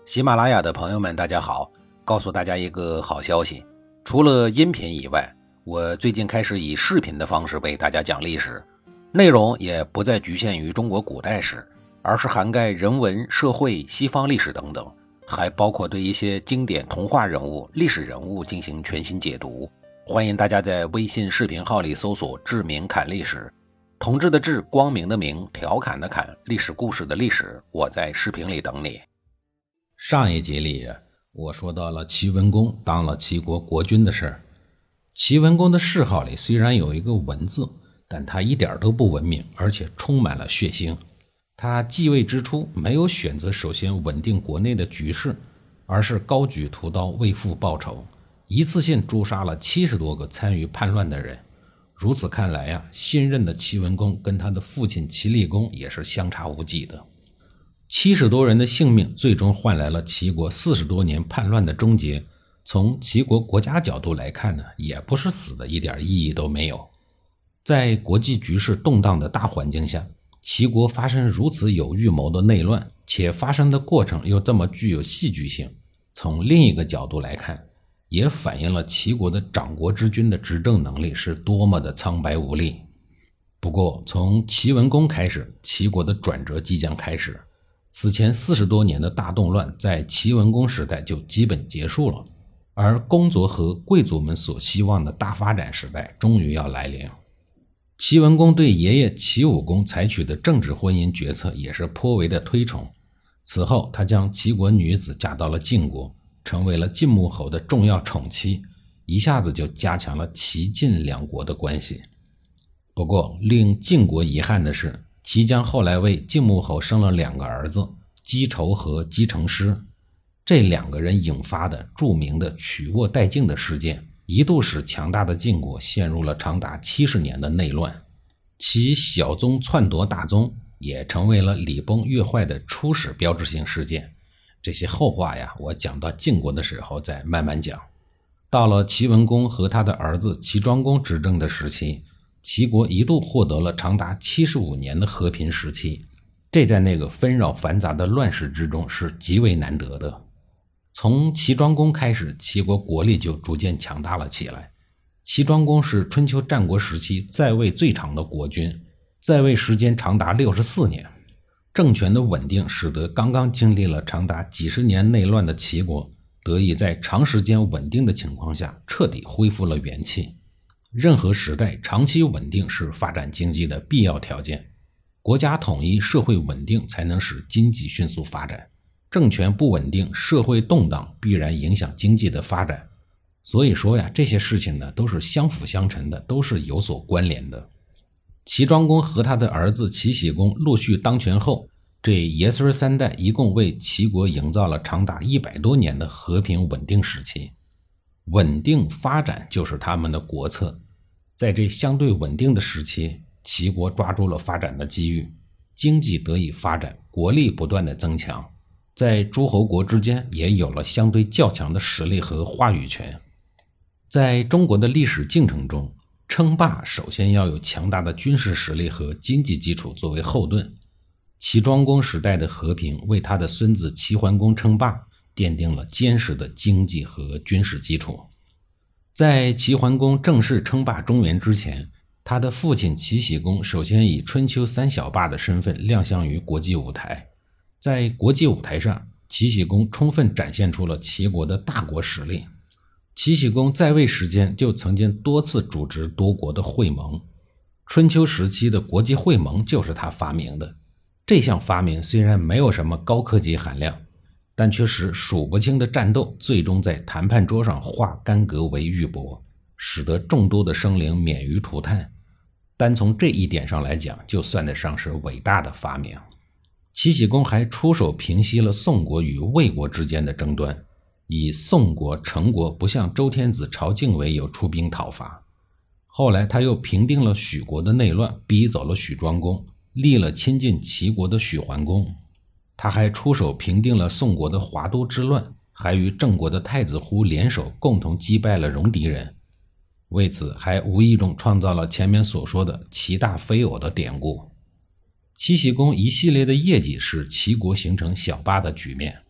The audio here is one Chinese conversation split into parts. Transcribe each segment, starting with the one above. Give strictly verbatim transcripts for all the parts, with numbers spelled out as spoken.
喜马拉雅的朋友们大家好，告诉大家一个好消息，除了音频以外，我最近开始以视频的方式为大家讲历史，内容也不再局限于中国古代史，而是涵盖人文、社会、西方历史等等，还包括对一些经典童话人物、历史人物进行全新解读。欢迎大家在微信视频号里搜索志明侃历史，同志的志，光明的明，调侃的侃，历史故事的历史，我在视频里等你。 上一集里我说到了齐文公当了齐国国君的事儿。齐文公的谥号里虽然有一个文字，但他一点都不文明，而且充满了血腥。他继位之初没有选择首先稳定国内的局势，而是高举屠刀为父报仇，一次性诛杀了七十多个参与叛乱的人。如此看来呀，新任的齐文公跟他的父亲齐厉公也是相差无几的。七十多人的性命最终换来了齐国四十多年叛乱的终结。从齐国国家角度来看呢，也不是死的一点意义都没有。在国际局势动荡的大环境下，齐国发生如此有预谋的内乱，且发生的过程又这么具有戏剧性，从另一个角度来看，也反映了齐国的掌国之君的执政能力是多么的苍白无力。不过从齐文公开始，齐国的转折即将开始。此前四十多年的大动乱在齐文公时代就基本结束了，而公族和贵族们所希望的大发展时代终于要来临。齐文公对爷爷齐武公采取的政治婚姻决策也是颇为的推崇。此后他将齐国女子嫁到了晋国，成为了晋穆侯的重要宠妻，一下子就加强了齐晋两国的关系。不过令晋国遗憾的是，齐将后来为晋穆侯生了两个儿子，姬仇和姬成师。这两个人引发的著名的取沃代晋的事件，一度使强大的晋国陷入了长达七十年的内乱。其小宗篡夺大宗也成为了礼崩乐坏的初始标志性事件。这些后话呀，我讲到晋国的时候再慢慢讲。到了齐文公和他的儿子齐庄公执政的时期，齐国一度获得了长达七十五年的和平时期，这在那个纷扰繁杂的乱世之中是极为难得的。从齐庄公开始，齐国国力就逐渐强大了起来。齐庄公是春秋战国时期在位最长的国君，在位时间长达六十四年。政权的稳定使得刚刚经历了长达几十年内乱的齐国得以在长时间稳定的情况下彻底恢复了元气。任何时代长期稳定是发展经济的必要条件，国家统一，社会稳定才能使经济迅速发展。政权不稳定，社会动荡，必然影响经济的发展。所以说呀，这些事情呢都是相辅相成的，都是有所关联的。齐庄公和他的儿子齐僖公陆续当权后，这爷孙三代一共为齐国营造了长达一百多年的和平稳定时期。稳定发展就是他们的国策。在这相对稳定的时期，齐国抓住了发展的机遇，经济得以发展，国力不断的增强，在诸侯国之间也有了相对较强的实力和话语权。在中国的历史进程中，称霸首先要有强大的军事实力和经济基础作为后盾。齐庄公时代的和平为他的孙子齐桓公称霸奠定了坚实的经济和军事基础。在齐桓公正式称霸中原之前，他的父亲齐僖公首先以春秋三小霸的身份亮相于国际舞台。在国际舞台上，齐僖公充分展现出了齐国的大国实力。齐僖公在位时间就曾经多次主持多国的会盟，春秋时期的国际会盟就是他发明的。这项发明虽然没有什么高科技含量，但却使数不清的战斗最终在谈判桌上化干戈为玉帛，使得众多的生灵免于涂炭。单从这一点上来讲，就算得上是伟大的发明。齐僖公还出手平息了宋国与魏国之间的争端，以宋国、成国不向周天子朝觐为由出兵讨伐。后来他又平定了许国的内乱，逼走了许庄公，立了亲近齐国的许桓公。他还出手平定了宋国的华都之乱，还与郑国的太子忽联手共同击败了戎狄人。为此还无意中创造了前面所说的齐大非偶的典故。齐僖公一系列的业绩使齐国形成小霸的局面。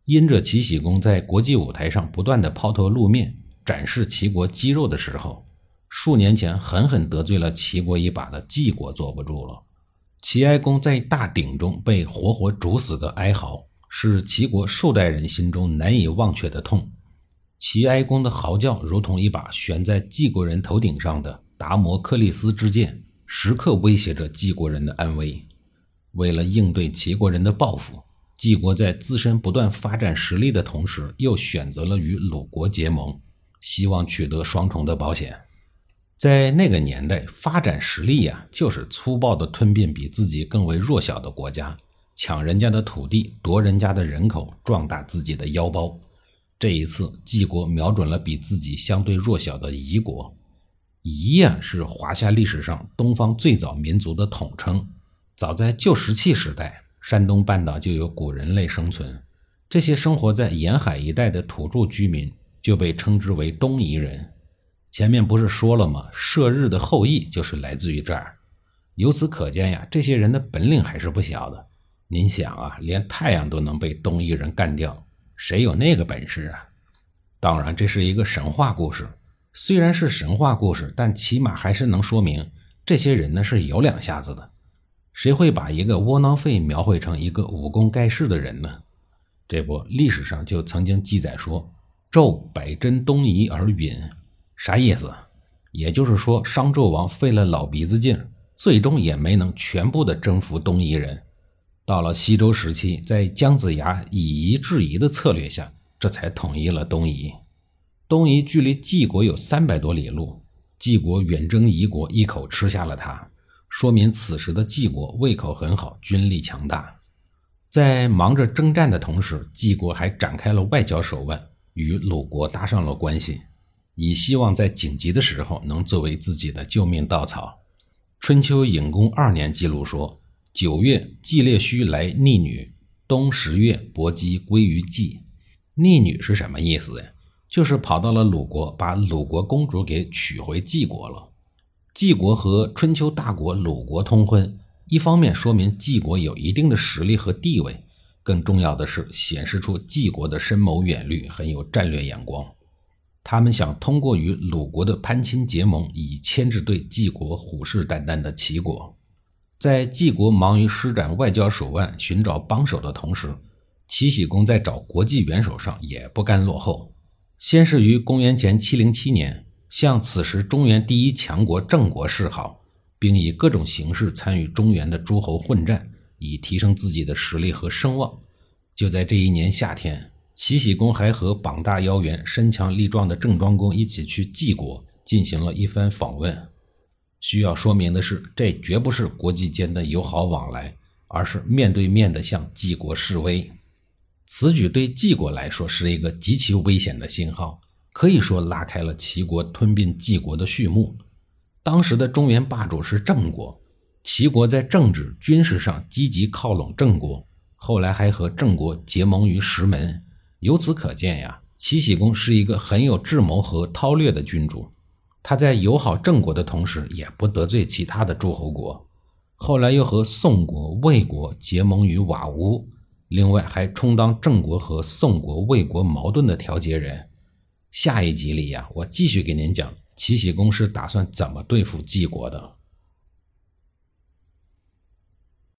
因着齐僖公在国际舞台上不断的抛头露面，展示齐国肌肉的时候，数年前狠狠得罪了齐国一把的晋国坐不住了。齐哀公在大鼎中被活活煮死的哀嚎，是齐国数代人心中难以忘却的痛。齐哀公的嚎叫如同一把悬在晋国人头顶上的达摩克利斯之剑，时刻威胁着晋国人的安危。为了应对齐国人的报复，晋国在自身不断发展实力的同时，又选择了与鲁国结盟，希望取得双重的保险。在那个年代，发展实力呀、啊，就是粗暴的吞并比自己更为弱小的国家，抢人家的土地，夺人家的人口，壮大自己的腰包。这一次，晋国瞄准了比自己相对弱小的夷国。夷呀、啊，是华夏历史上东方最早民族的统称。早在旧石器时代，山东半岛就有古人类生存，这些生活在沿海一带的土著居民就被称之为东夷人。前面不是说了吗？射日的后裔就是来自于这儿。由此可见呀，这些人的本领还是不小的。您想啊，连太阳都能被东夷人干掉，谁有那个本事啊？当然，这是一个神话故事。虽然是神话故事，但起码还是能说明这些人呢是有两下子的。谁会把一个窝囊废描绘成一个武功盖世的人呢？这不，历史上就曾经记载说，纣百征东夷而陨。啥意思？也就是说，商纣王费了老鼻子劲，最终也没能全部的征服东夷人。到了西周时期，在姜子牙以夷制夷的策略下，这才统一了东夷。东夷距离晋国有三百多里路，晋国远征夷国，一口吃下了它，说明此时的晋国胃口很好，军力强大。在忙着征战的同时，晋国还展开了外交手腕，与鲁国搭上了关系，以希望在紧急的时候能作为自己的救命稻草。春秋隐公二年记录说，九月季烈须来逆女，冬十月伯姬归于季。逆女是什么意思呀？就是跑到了鲁国，把鲁国公主给娶回晋国了。晋国和春秋大国鲁国通婚，一方面说明晋国有一定的实力和地位，更重要的是显示出晋国的深谋远虑，很有战略眼光。他们想通过与鲁国的攀亲结盟，以牵制对晋国虎视眈眈的齐国。在晋国忙于施展外交手腕寻找帮手的同时，齐僖公在找国际元首上也不甘落后。先是于公元前七零七年向此时中原第一强国郑国示好，并以各种形式参与中原的诸侯混战，以提升自己的实力和声望。就在这一年夏天，齐僖公还和膀大腰圆、身强力壮的郑庄公一起去晋国进行了一番访问。需要说明的是，这绝不是国际间的友好往来，而是面对面的向晋国示威。此举对晋国来说是一个极其危险的信号，可以说拉开了齐国吞并晋国的序幕。当时的中原霸主是郑国，齐国在政治、军事上积极靠拢郑国，后来还和郑国结盟于石门。由此可见呀，齐僖公是一个很有智谋和韬略的君主。他在友好郑国的同时，也不得罪其他的诸侯国。后来又和宋国、魏国结盟于瓦屋，另外还充当郑国和宋国、魏国矛盾的调解人。下一集里呀，我继续给您讲齐僖公是打算怎么对付晋国的。